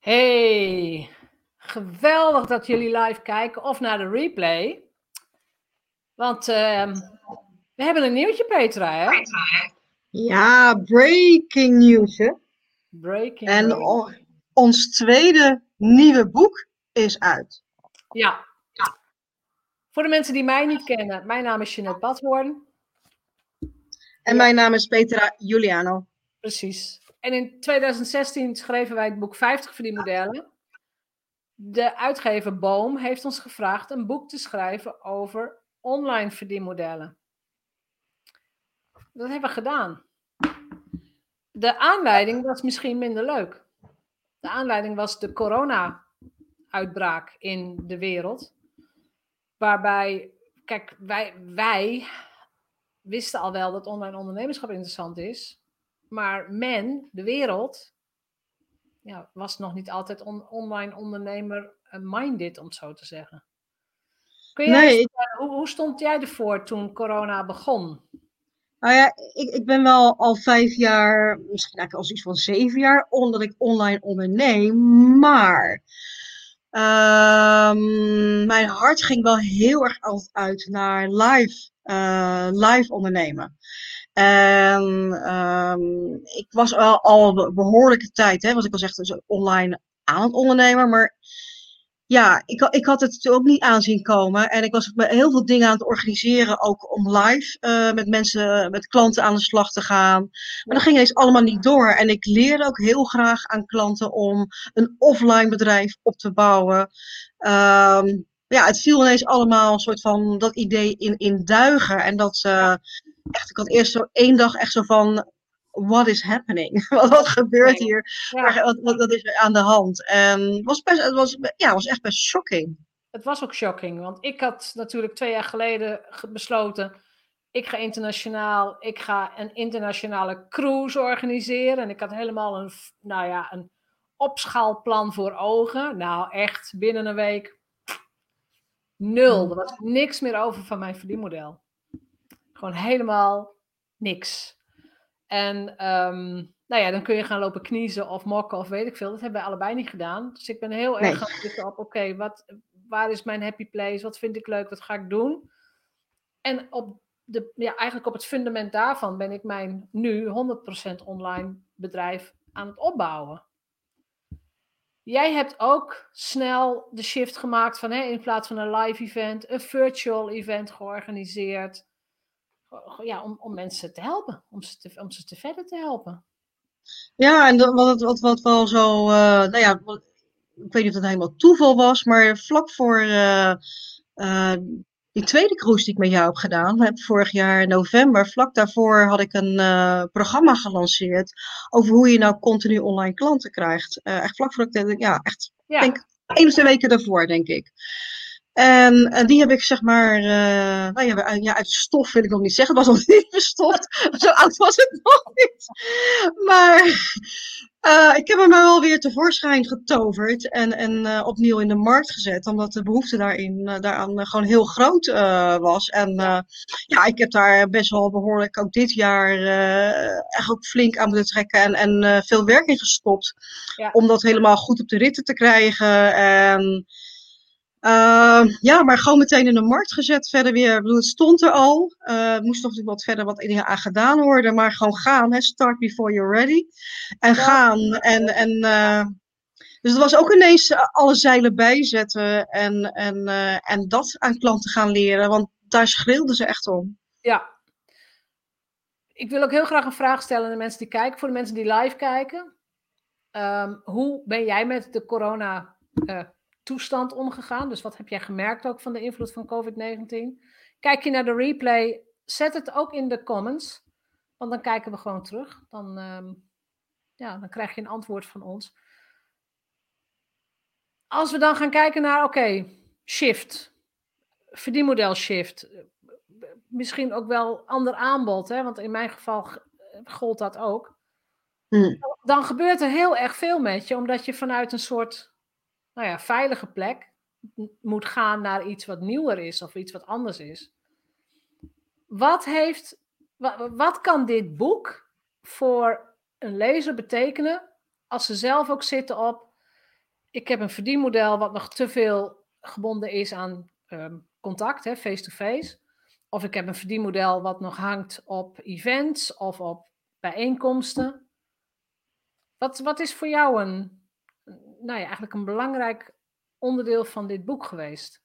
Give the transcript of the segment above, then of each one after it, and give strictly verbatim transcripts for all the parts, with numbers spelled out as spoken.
Hey, geweldig dat jullie live kijken of naar de replay. Want uh, we hebben een nieuwtje, Petra, hè? Ja, breaking news, hè? Breaking, En breaking. o- ons tweede nieuwe boek is uit. Ja. Voor de mensen die mij niet kennen, mijn naam is Jeanette Badhoorn. En Ja, mijn naam is Petra Juliano. precies. En in twintig zestien schreven wij het boek vijftig verdienmodellen. De uitgever Boom heeft ons gevraagd een boek te schrijven over online verdienmodellen. Dat hebben we gedaan. De aanleiding was misschien minder leuk. De aanleiding was de corona-uitbraak in de wereld. Waarbij, kijk, wij, wij wisten al wel dat online ondernemerschap interessant is. Maar men, de wereld, ja, was nog niet altijd on- online ondernemer-minded, om het zo te zeggen. Kun jij eens, Nee, ik, uh, hoe, hoe stond jij ervoor toen corona begon? nou ja, ik, ik ben wel al vijf jaar, misschien eigenlijk al zoiets van zeven jaar, omdat ik online onderneem. Maar ehm, mijn hart ging wel heel erg altijd uit naar live, eh, live ondernemen. En ehm, ik was al, al een behoorlijke tijd, hè, was ik al zeg, dus online aan het ondernemen. Maar ja, ik, ik had het ook niet aanzien komen. En ik was met heel veel dingen aan het organiseren, ook om live uh, met mensen, met klanten aan de slag te gaan. Maar dat Ja, ging ineens allemaal niet door. En ik leerde ook heel graag aan klanten om een offline bedrijf op te bouwen. Um, ja, het viel ineens allemaal een soort van dat idee in, in duigen. En dat uh, echt, ik had eerst zo één dag echt zo van, what is happening? wat, wat gebeurt nee. hier? Ja, Wat, wat, wat is er aan de hand? En het was, best, het was, ja, was echt best shocking. het was ook shocking. Want ik had natuurlijk twee jaar geleden besloten, ik ga internationaal, ik ga een internationale cruise organiseren. En ik had helemaal een, nou ja, een opschaalplan voor ogen. Nou, echt binnen een week nul. Er was niks meer over van mijn verdienmodel. Gewoon helemaal niks. En um, nou ja, dan kun je gaan lopen kniezen of mokken of weet ik veel. Dat hebben wij allebei niet gedaan. Dus ik ben heel erg Nee. gaan zitten op, oké, okay, wat, waar is mijn happy place? Wat vind ik leuk? Wat ga ik doen? En op de, ja, eigenlijk op het fundament daarvan ben ik mijn nu honderd procent online bedrijf aan het opbouwen. Jij hebt ook snel de shift gemaakt van, hè, in plaats van een live event, een virtual event georganiseerd. Ja, om, om mensen te helpen, om ze te, om ze te verder te helpen. Ja, en dat, wat, wat, wat wel zo, uh, nou ja, wat, ik weet niet of dat helemaal toeval was, maar vlak voor uh, uh, die tweede cruise die ik met jou heb gedaan, heb vorig jaar in november, vlak daarvoor had ik een uh, programma gelanceerd over hoe je nou continu online klanten krijgt. Uh, echt vlak voor ik, ja, echt, ik Ja. denk één of twee weken daarvoor, denk ik. En, en die heb ik zeg maar, uh, nou ja, ja, uit stof wil ik nog niet zeggen. Het was nog niet verstopt. Zo oud was het nog niet. Maar uh, ik heb hem wel weer tevoorschijn getoverd en, en uh, opnieuw in de markt gezet. Omdat de behoefte daarin, uh, daaraan uh, gewoon heel groot uh, was. En uh, ja, ik heb daar best wel behoorlijk ook dit jaar uh, echt ook flink aan moeten trekken. En, en uh, veel werk in gestopt. Ja. Om dat helemaal goed op de ritten te krijgen. En Uh, ja, maar gewoon meteen in de markt gezet verder weer. Ik bedoel, het stond er al. Uh, moest nog wat verder wat dingen aan gedaan worden. Maar gewoon gaan. Hè? Start before you're ready. En gaan. En, en, uh, dus het was ook ineens alle zeilen bijzetten. En, en, uh, en dat aan klanten gaan leren. Want daar schreeuwden ze echt om. Ja. Ik wil ook heel graag een vraag stellen aan de mensen die kijken. Voor de mensen die live kijken. Um, hoe ben jij met de corona uh, toestand omgegaan? Dus wat heb jij gemerkt ook van de invloed van covid negentien? Kijk je naar de replay, zet het ook in de comments. Want dan kijken we gewoon terug. Dan, um, ja, dan krijg je een antwoord van ons. Als we dan gaan kijken naar, oké, okay, shift. Verdienmodel shift. Misschien ook wel ander aanbod. Hè? Want in mijn geval gold dat ook. Hmm. Dan gebeurt er heel erg veel met je. Omdat je vanuit een soort nou ja, veilige plek moet gaan naar iets wat nieuwer is of iets wat anders is. Wat, heeft, wat, wat kan dit boek voor een lezer betekenen als ze zelf ook zitten op, ik heb een verdienmodel wat nog te veel gebonden is aan um, contact, hè, face-to-face. Of ik heb een verdienmodel wat nog hangt op events of op bijeenkomsten. Wat, wat is voor jou een, nou ja, eigenlijk een belangrijk onderdeel van dit boek geweest?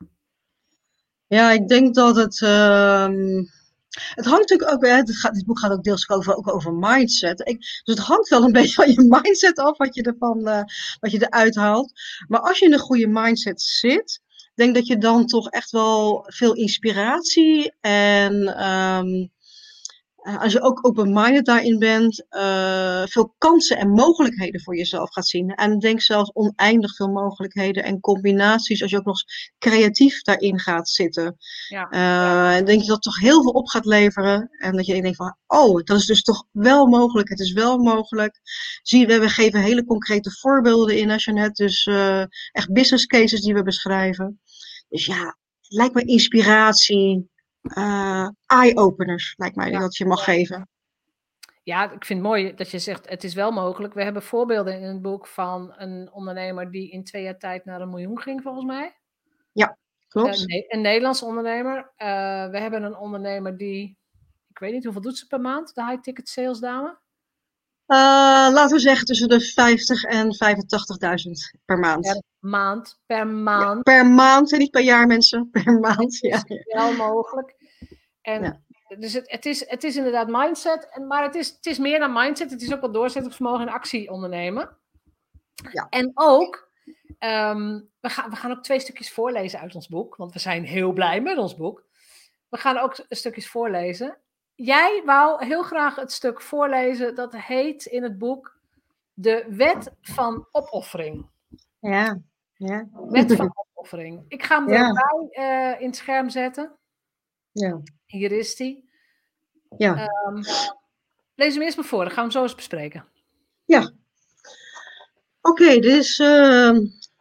Ja, ik denk dat het. Uh, het hangt natuurlijk ook. Het gaat, dit boek gaat ook deels over, ook over mindset. Ik, dus het hangt wel een beetje van je mindset af wat je ervan, uh, wat je eruit haalt. Maar als je in een goede mindset zit, denk dat je dan toch echt wel veel inspiratie en. Um, Uh, als je ook open-minded daarin bent, uh, veel kansen en mogelijkheden voor jezelf gaat zien. En denk zelfs oneindig veel mogelijkheden en combinaties als je ook nog creatief daarin gaat zitten. Ja. Uh, en denk je dat het toch heel veel op gaat leveren. En dat je denkt van, oh, dat is dus toch wel mogelijk. Het is wel mogelijk. Zie je, we geven hele concrete voorbeelden in als je net. Dus uh, echt business cases die we beschrijven. Dus ja, het lijkt me inspiratie. Uh, eye-openers, lijkt mij, Ja. dat je mag geven. Ja, ik vind het mooi dat je zegt, het is wel mogelijk. We hebben voorbeelden in het boek van een ondernemer die in twee jaar tijd naar een miljoen ging, volgens mij. Ja, klopt. Uh, nee, een Nederlandse ondernemer. Uh, we hebben een ondernemer die, ik weet niet, hoeveel doet ze per maand, de high-ticket sales dame? Uh, laten we zeggen tussen de vijftig en vijfentachtigduizend per maand. Per maand, per maand. Ja, per maand, en niet per jaar mensen, per maand. Het is ja. wel mogelijk. En ja. dus het, het, is, het is inderdaad mindset, en, maar het is, het is meer dan mindset. Het is ook wel doorzettingsvermogen en actie ondernemen. Ja. En ook, um, we, gaan, we gaan ook twee stukjes voorlezen uit ons boek, want we zijn heel blij met ons boek. We gaan ook stukjes voorlezen. Jij wou heel graag het stuk voorlezen, dat heet in het boek De Wet van Opoffering. Ja. ja. Wet van Opoffering. Ik ga hem ja. erbij uh, in het scherm zetten. Ja. Hier is die. Ja. Um, lees hem eerst maar voor, dan gaan we hem zo eens bespreken. Ja. Oké, okay, dit is uh,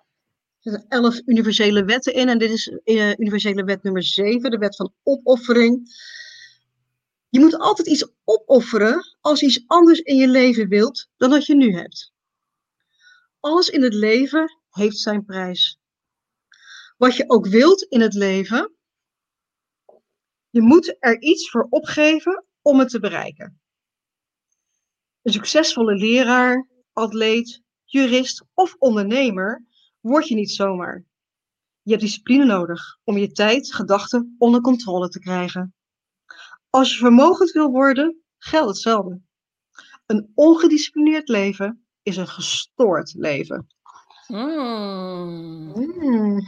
elf universele wetten in en dit is uh, universele wet nummer zeven, de wet van opoffering. Je moet altijd iets opofferen als je iets anders in je leven wilt dan wat je nu hebt. Alles in het leven heeft zijn prijs. Wat je ook wilt in het leven, je moet er iets voor opgeven om het te bereiken. Een succesvolle leraar, atleet, jurist of ondernemer word je niet zomaar. Je hebt discipline nodig om je tijd, gedachten onder controle te krijgen. Als je vermogend wil worden, geldt hetzelfde. Een ongedisciplineerd leven is een gestoord leven. Mm. Mm.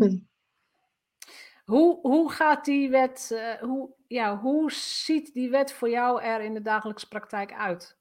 hoe, hoe gaat die wet, uh, hoe, ja, hoe ziet die wet voor jou er in de dagelijkse praktijk uit?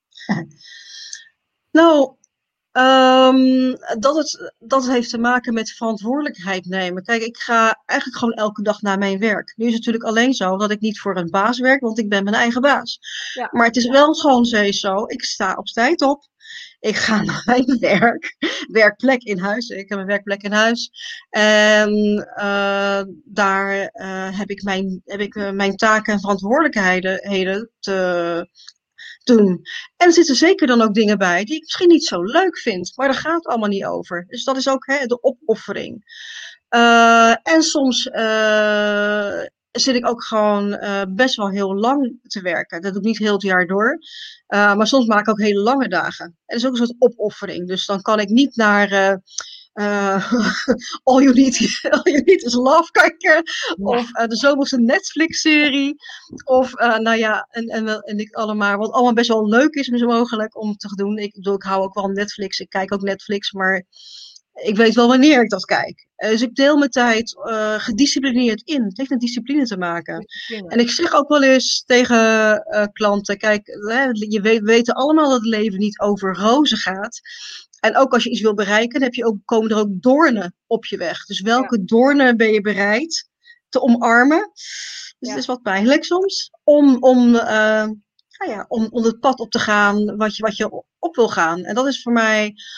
Nou, um, dat, het, dat het heeft te maken met verantwoordelijkheid nemen. Kijk, ik ga eigenlijk gewoon elke dag naar mijn werk. Nu is het natuurlijk alleen zo dat ik niet voor een baas werk, want ik ben mijn eigen baas. Ja. Maar het is wel gewoon zo, ik sta op tijd op. Ik ga naar mijn werk, werkplek in huis. Ik heb een werkplek in huis. En uh, daar uh, heb ik, mijn, heb ik uh, mijn taken en verantwoordelijkheden te doen. En er zitten zeker dan ook dingen bij die ik misschien niet zo leuk vind. Maar daar gaat het allemaal niet over. Dus dat is ook hè, de opoffering. Uh, en soms uh, zit ik ook gewoon uh, best wel heel lang te werken. Dat doe ik niet heel het jaar door. Uh, maar soms maak ik ook hele lange dagen. En dat is ook een soort opoffering. Dus dan kan ik niet naar uh, uh, All, you need, All You Need Is Love kijken. Ja. Of uh, de zomerse Netflix-serie. Of uh, nou ja, en, en, en ik allemaal. Wat allemaal best wel leuk is mogelijk om te doen. Ik bedoel, ik hou ook wel Netflix. Ik kijk ook Netflix, maar ik weet wel wanneer ik dat kijk. Dus ik deel mijn tijd uh, gedisciplineerd in. Het heeft met discipline te maken. Discipline. En ik zeg ook wel eens tegen uh, klanten, kijk, hè, je weet, we weten allemaal dat het leven niet over rozen gaat. En ook als je iets wil bereiken, heb je ook, komen er ook doornen op je weg. Dus welke ja. doornen ben je bereid te omarmen? Dus ja. het is wat pijnlijk soms. Om, om, uh, nou ja, om, om het pad op te gaan wat je, wat je op wil gaan. En dat is voor mij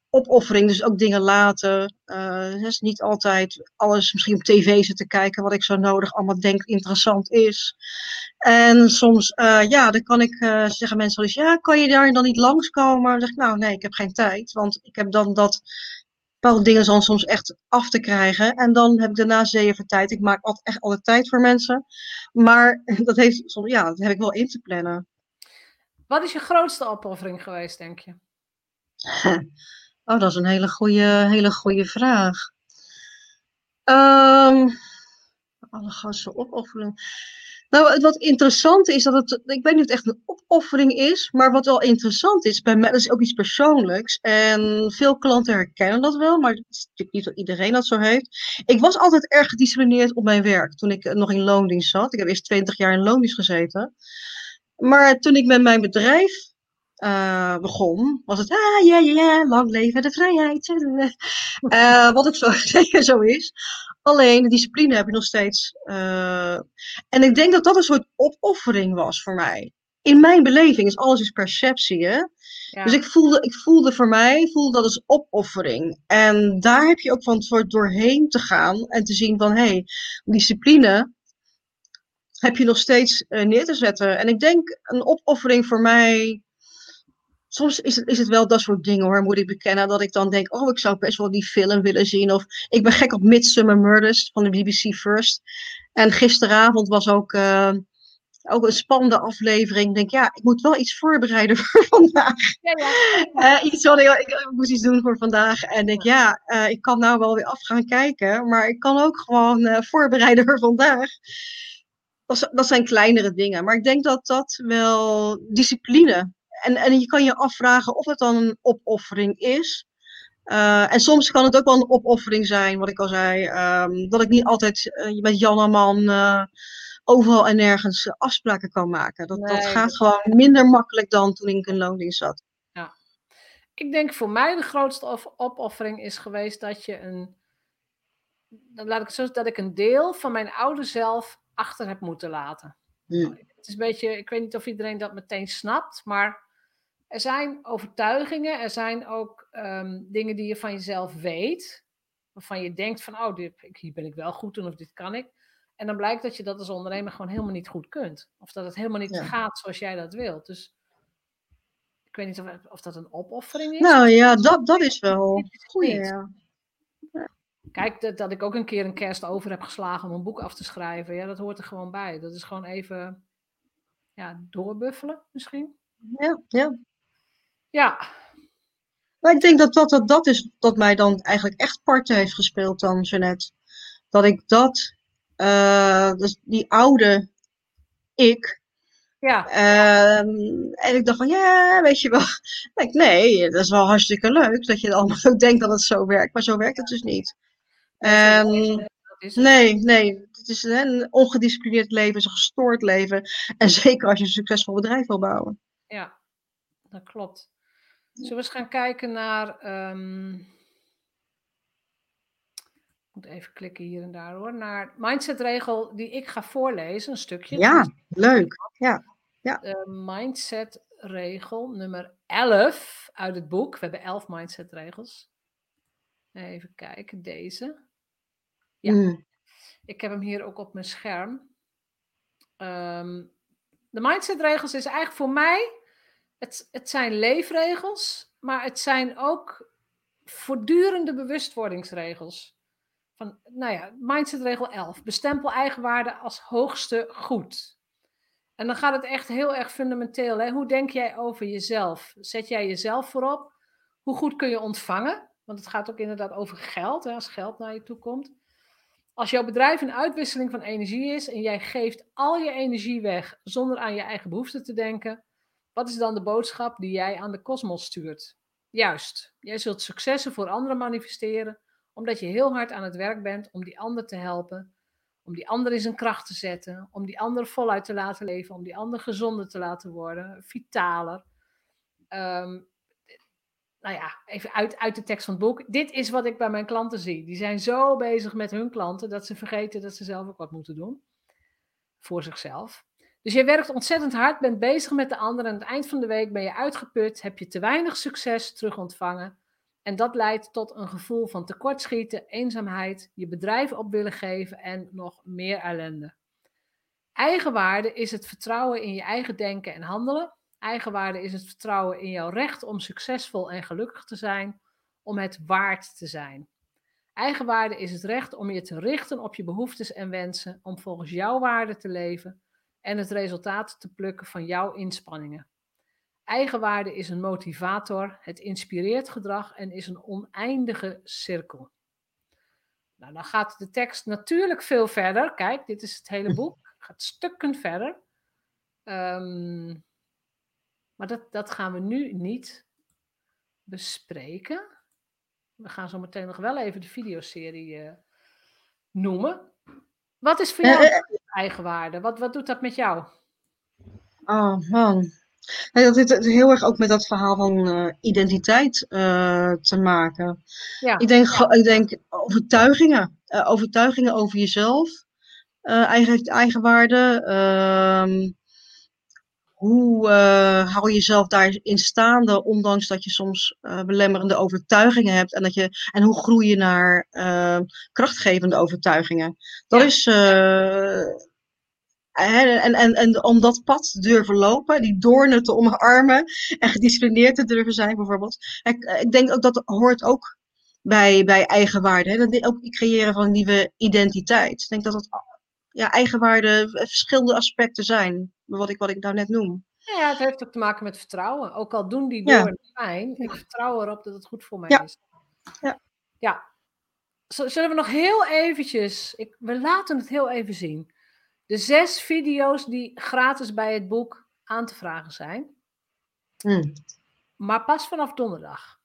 opoffering, dus ook dingen laten. Uh, dus niet altijd alles misschien op tv zitten kijken wat ik zo nodig allemaal denk interessant is. En soms, uh, ja, dan kan ik uh, zeggen mensen wel eens, ja, kan je daar dan niet langskomen? Dan zeg ik, nou nee, ik heb geen tijd, want ik heb dan dat bepaalde dingen dan soms echt af te krijgen. En dan heb ik daarna zeven tijd. Ik maak altijd, echt altijd tijd voor mensen. Maar dat heeft soms, ja, dat heb ik wel in te plannen. Wat is je grootste opoffering geweest, denk je? Oh, dat is een hele goede, hele goede vraag. Um, allergrootste opoffering. Nou, wat interessant is, dat het, ik weet niet of het echt een opoffering is, maar wat wel interessant is, bij mij, dat is ook iets persoonlijks. En veel klanten herkennen dat wel, maar het is natuurlijk niet dat iedereen dat zo heeft. Ik was altijd erg gedisciplineerd op mijn werk, toen ik nog in loondienst zat. Ik heb eerst twintig jaar in loondienst gezeten. Maar toen ik met mijn bedrijf uh, begon, was het, ah ja, ja, ja, lang leven de vrijheid. Uh, wat ook zo, zeker zo is. Alleen de discipline heb je nog steeds. Uh, en ik denk dat dat een soort opoffering was voor mij. In mijn beleving is alles is perceptie, hè? Ja. Dus ik voelde, ik voelde voor mij, voelde dat als opoffering. En daar heb je ook van soort doorheen te gaan en te zien van, hé, hey, discipline heb je nog steeds uh, neer te zetten. En ik denk een opoffering voor mij. Soms is het, is het wel dat soort dingen hoor, moet ik bekennen. Dat ik dan denk, oh, ik zou best wel die film willen zien. Of ik ben gek op Midsummer Murders van de B B C First. En gisteravond was ook, uh, ook een spannende aflevering. Ik denk, ja, ik moet wel iets voorbereiden voor vandaag. Ja, ja. Uh, iets wat ik, ik, ik moest iets doen voor vandaag. En ik denk, ja, uh, ik kan nou wel weer af gaan kijken. Maar ik kan ook gewoon uh, voorbereiden voor vandaag. Dat, dat zijn kleinere dingen. Maar ik denk dat dat wel discipline. En, en je kan je afvragen of het dan een opoffering is. Uh, en soms kan het ook wel een opoffering zijn, wat ik al zei. Um, dat ik niet altijd uh, met Jan en Man uh, overal en nergens afspraken kan maken. Dat, nee, dat gaat dat... gewoon minder makkelijk dan toen ik in loondienst zat. Ja. Ik denk voor mij de grootste opoffering is geweest dat je een... Dan laat ik het zo dat ik een deel van mijn oude zelf achter heb moeten laten. Hmm. Het is een beetje, ik weet niet of iedereen dat meteen snapt, maar er zijn overtuigingen, er zijn ook um, dingen die je van jezelf weet, waarvan je denkt van, oh, dit, hier ben ik wel goed in of dit kan ik. En dan blijkt dat je dat als ondernemer gewoon helemaal niet goed kunt. Of dat het helemaal niet ja. gaat zoals jij dat wilt. Dus ik weet niet of, of dat een opoffering is. Nou ja, dat, dat is wel goed. Ja. Kijk, dat, dat ik ook een keer een kerst over heb geslagen om een boek af te schrijven. Ja, dat hoort er gewoon bij. Dat is gewoon even ja, doorbuffelen misschien. Ja, ja. Ja. Maar ik denk dat dat, dat dat is dat mij dan eigenlijk echt parten heeft gespeeld dan, Jeanette. Dat ik dat, uh, dus die oude ik. Ja. Uh, en ik dacht van, ja, weet je wel. Ik, nee, dat is wel hartstikke leuk dat je allemaal ook denkt dat het zo werkt. Maar zo werkt het dus niet. Ja, um, nee, nee. Het is een ongedisciplineerd leven, is een gestoord leven. En zeker als je een succesvol bedrijf wil bouwen. Ja, dat klopt. Zullen we eens gaan kijken naar... Um... Ik moet even klikken hier en daar hoor. Naar mindsetregel die ik ga voorlezen, een stukje. Ja, leuk. Ja, ja. De mindsetregel nummer elf uit het boek. We hebben elf mindsetregels. Even kijken, deze. Ja, mm. Ik heb hem hier ook op mijn scherm. Um, de mindsetregels is eigenlijk voor mij... Het, het zijn leefregels, maar het zijn ook voortdurende bewustwordingsregels. Van, nou ja, mindsetregel elf. Bestempel eigenwaarde als hoogste goed. En dan gaat het echt heel erg fundamenteel. Hè? Hoe denk jij over jezelf? Zet jij jezelf voorop? Hoe goed kun je ontvangen? Want het gaat ook inderdaad over geld, hè, als geld naar je toe komt. Als jouw bedrijf een uitwisseling van energie is en jij geeft al je energie weg zonder aan je eigen behoeften te denken, wat is dan de boodschap die jij aan de kosmos stuurt? Juist, jij zult successen voor anderen manifesteren, omdat je heel hard aan het werk bent om die ander te helpen, om die ander in zijn kracht te zetten, om die ander voluit te laten leven, om die ander gezonder te laten worden, vitaler. Um, nou ja, even uit, uit de tekst van het boek. Dit is wat ik bij mijn klanten zie. Die zijn zo bezig met hun klanten dat ze vergeten dat ze zelf ook wat moeten doen. Voor zichzelf. Dus je werkt ontzettend hard, bent bezig met de ander. En aan het eind van de week ben je uitgeput, heb je te weinig succes terug ontvangen. En dat leidt tot een gevoel van tekortschieten, eenzaamheid, je bedrijf op willen geven en nog meer ellende. Eigenwaarde is het vertrouwen in je eigen denken en handelen. Eigenwaarde is het vertrouwen in jouw recht om succesvol en gelukkig te zijn, om het waard te zijn. Eigenwaarde is het recht om je te richten op je behoeftes en wensen, om volgens jouw waarden te leven en het resultaat te plukken van jouw inspanningen. Eigenwaarde is een motivator, het inspireert gedrag en is een oneindige cirkel. Nou, dan gaat de tekst natuurlijk veel verder. Kijk, dit is het hele boek. Het gaat stukken verder. Um, maar dat, dat gaan we nu niet bespreken. We gaan zo meteen nog wel even de videoserie uh, noemen. Wat is voor jou uh, uh, eigenwaarde? Wat, wat doet dat met jou? Oh man. Nee, dat heeft heel erg ook met dat verhaal van uh, identiteit uh, te maken. Ja. Ik, denk, ja. ik denk overtuigingen. Uh, overtuigingen over jezelf. Uh, eigen, eigenwaarde. Uh, hoe uh, hou je jezelf daarin staande, ondanks dat je soms uh, belemmerende overtuigingen hebt. En, dat je, en hoe groei je naar uh, krachtgevende overtuigingen. Dat ja. is... Uh, En, en, en om dat pad te durven lopen, die doornen te omarmen en gedisciplineerd te durven zijn bijvoorbeeld. Ik, ik denk ook dat hoort ook bij, bij eigenwaarde. Hè? Dat ook het creëren van een nieuwe identiteit. Ik denk dat dat ja, eigenwaarde verschillende aspecten zijn, wat ik, wat ik nou net noem. Ja, het heeft ook te maken met vertrouwen. Ook al doen die doornen ja. pijn, ik vertrouw erop dat het goed voor mij ja. is. Ja. Ja. Zullen we nog heel eventjes, ik, we laten het heel even zien. De zes video's die gratis bij het boek aan te vragen zijn. Hmm. Maar pas vanaf donderdag.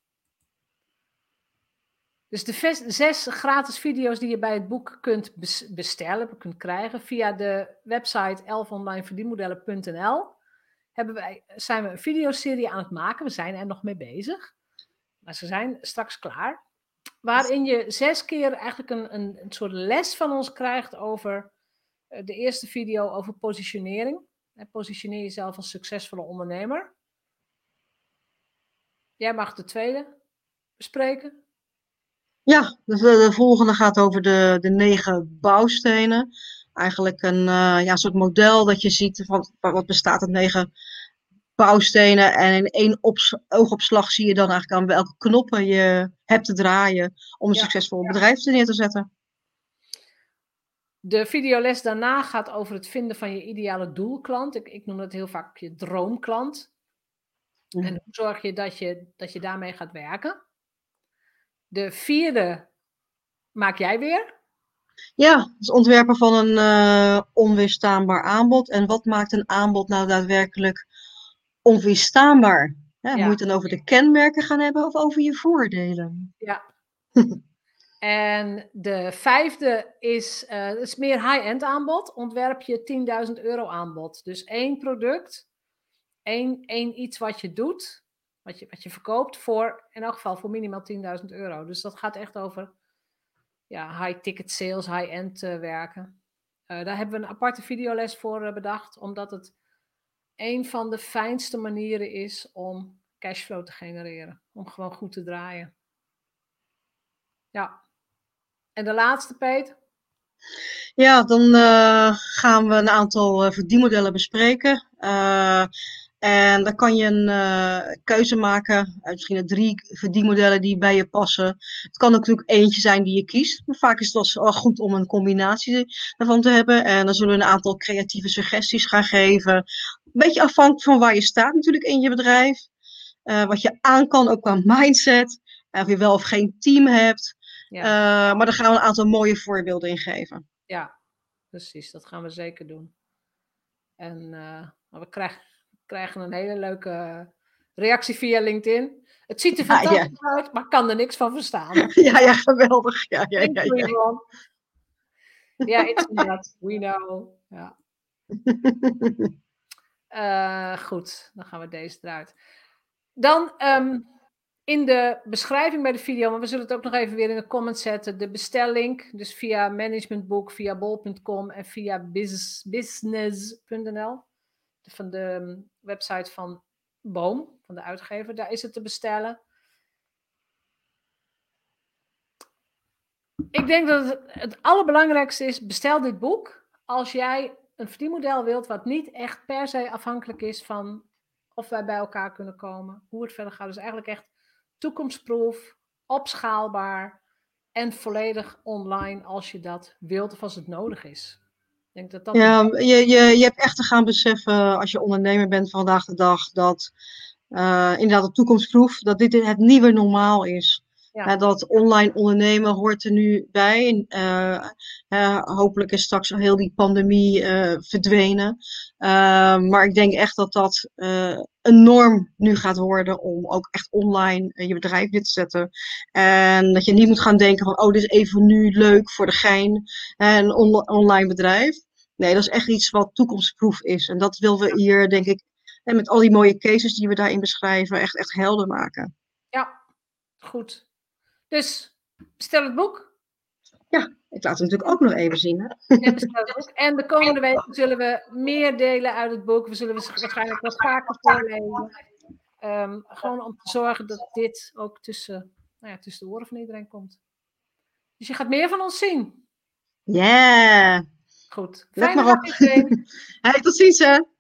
Dus de ves, zes gratis video's die je bij het boek kunt bestellen, kunt krijgen via de website elf online verdienmodellen punt n l. Hebben wij, zijn we een videoserie aan het maken. We zijn er nog mee bezig. Maar ze zijn straks klaar. Waarin je zes keer eigenlijk een, een, een soort les van ons krijgt over... De eerste video over positionering. Positioneer jezelf als succesvolle ondernemer. Jij mag de tweede bespreken. Ja, de, de volgende gaat over de, de negen bouwstenen. Eigenlijk een uh, ja, soort model dat je ziet van wat bestaat uit negen bouwstenen. En in één ops, oogopslag zie je dan eigenlijk aan welke knoppen je hebt te draaien om een ja, succesvol ja. bedrijf neer te zetten. De videoles daarna gaat over het vinden van je ideale doelklant. Ik, ik noem dat heel vaak je droomklant. Mm. En hoe zorg je dat, je dat je daarmee gaat werken? De vierde maak jij weer? Ja, het ontwerpen van een uh, onweerstaanbaar aanbod. En wat maakt een aanbod nou daadwerkelijk onweerstaanbaar? Ja, ja. Moet je het dan over de kenmerken gaan hebben of over je voordelen? Ja. En de vijfde is, uh, is meer high-end aanbod. Ontwerp je tienduizend euro aanbod. Dus één product, één, één iets wat je doet, wat je, wat je verkoopt voor, in elk geval voor minimaal tienduizend euro. Dus dat gaat echt over ja, high-ticket sales, high-end uh, werken. Uh, daar hebben we een aparte videoles voor uh, bedacht, omdat het een van de fijnste manieren is om cashflow te genereren. Om gewoon goed te draaien. Ja. En de laatste, Peet? Ja, dan uh, gaan we een aantal uh, verdienmodellen bespreken. Uh, en dan kan je een uh, keuze maken uit misschien drie verdienmodellen die bij je passen. Het kan natuurlijk eentje zijn die je kiest. Maar vaak is het wel goed om een combinatie daarvan te hebben. En dan zullen we een aantal creatieve suggesties gaan geven. Een beetje afhankelijk van waar je staat natuurlijk in je bedrijf. Uh, wat je aan kan, ook qua mindset. Uh, of je wel of geen team hebt. Ja. Uh, maar daar gaan we een aantal mooie voorbeelden in geven. Ja, precies. Dat gaan we zeker doen. En uh, we krijgen, krijgen een hele leuke reactie via LinkedIn. Het ziet er fantastisch ja, ja. uit, maar ik kan er niks van verstaan. Ja, ja, geweldig. Ja, ja, ja, ja, ja. Ja, it's not. We know. Ja. Uh, goed, dan gaan we deze eruit. Dan... Um, in de beschrijving bij de video, maar we zullen het ook nog even weer in de comments zetten, de bestellink, dus via managementboek, via bol punt com en via business punt n l, van de website van Boom, van de uitgever, daar is het te bestellen. Ik denk dat het, het allerbelangrijkste is, bestel dit boek als jij een verdienmodel wilt wat niet echt per se afhankelijk is van of wij bij elkaar kunnen komen, hoe het verder gaat. Dus eigenlijk echt toekomstproof, opschaalbaar en volledig online als je dat wilt of als het nodig is. Ik denk dat dat Ja, een... je, je, je hebt echt te gaan beseffen als je ondernemer bent vandaag de dag dat uh, inderdaad de toekomstproef, dat dit het nieuwe normaal is. Ja. Uh, dat online ondernemen hoort er nu bij. Uh, uh, hopelijk is straks heel die pandemie uh, verdwenen. Uh, maar ik denk echt dat dat uh, een norm nu gaat worden om ook echt online uh, je bedrijf neer te zetten. En dat je niet moet gaan denken van, oh, dit is even nu leuk voor de gein, uh, een on- online bedrijf. Nee, dat is echt iets wat toekomstproef is. En dat willen we hier, denk ik, en met al die mooie cases die we daarin beschrijven, echt, echt helder maken. Ja, goed. Dus bestel het boek. Ja, ik laat het natuurlijk ook nog even zien. Hè? En bestel het boek. En de komende weken zullen we meer delen uit het boek. We zullen waarschijnlijk wat vaker voorlezen. Um, gewoon om te zorgen dat dit ook tussen, nou ja, tussen de oren van iedereen komt. Dus je gaat meer van ons zien. Ja. Yeah. Goed. Let Fijne maar op. dag iedereen. Hey, tot ziens hè.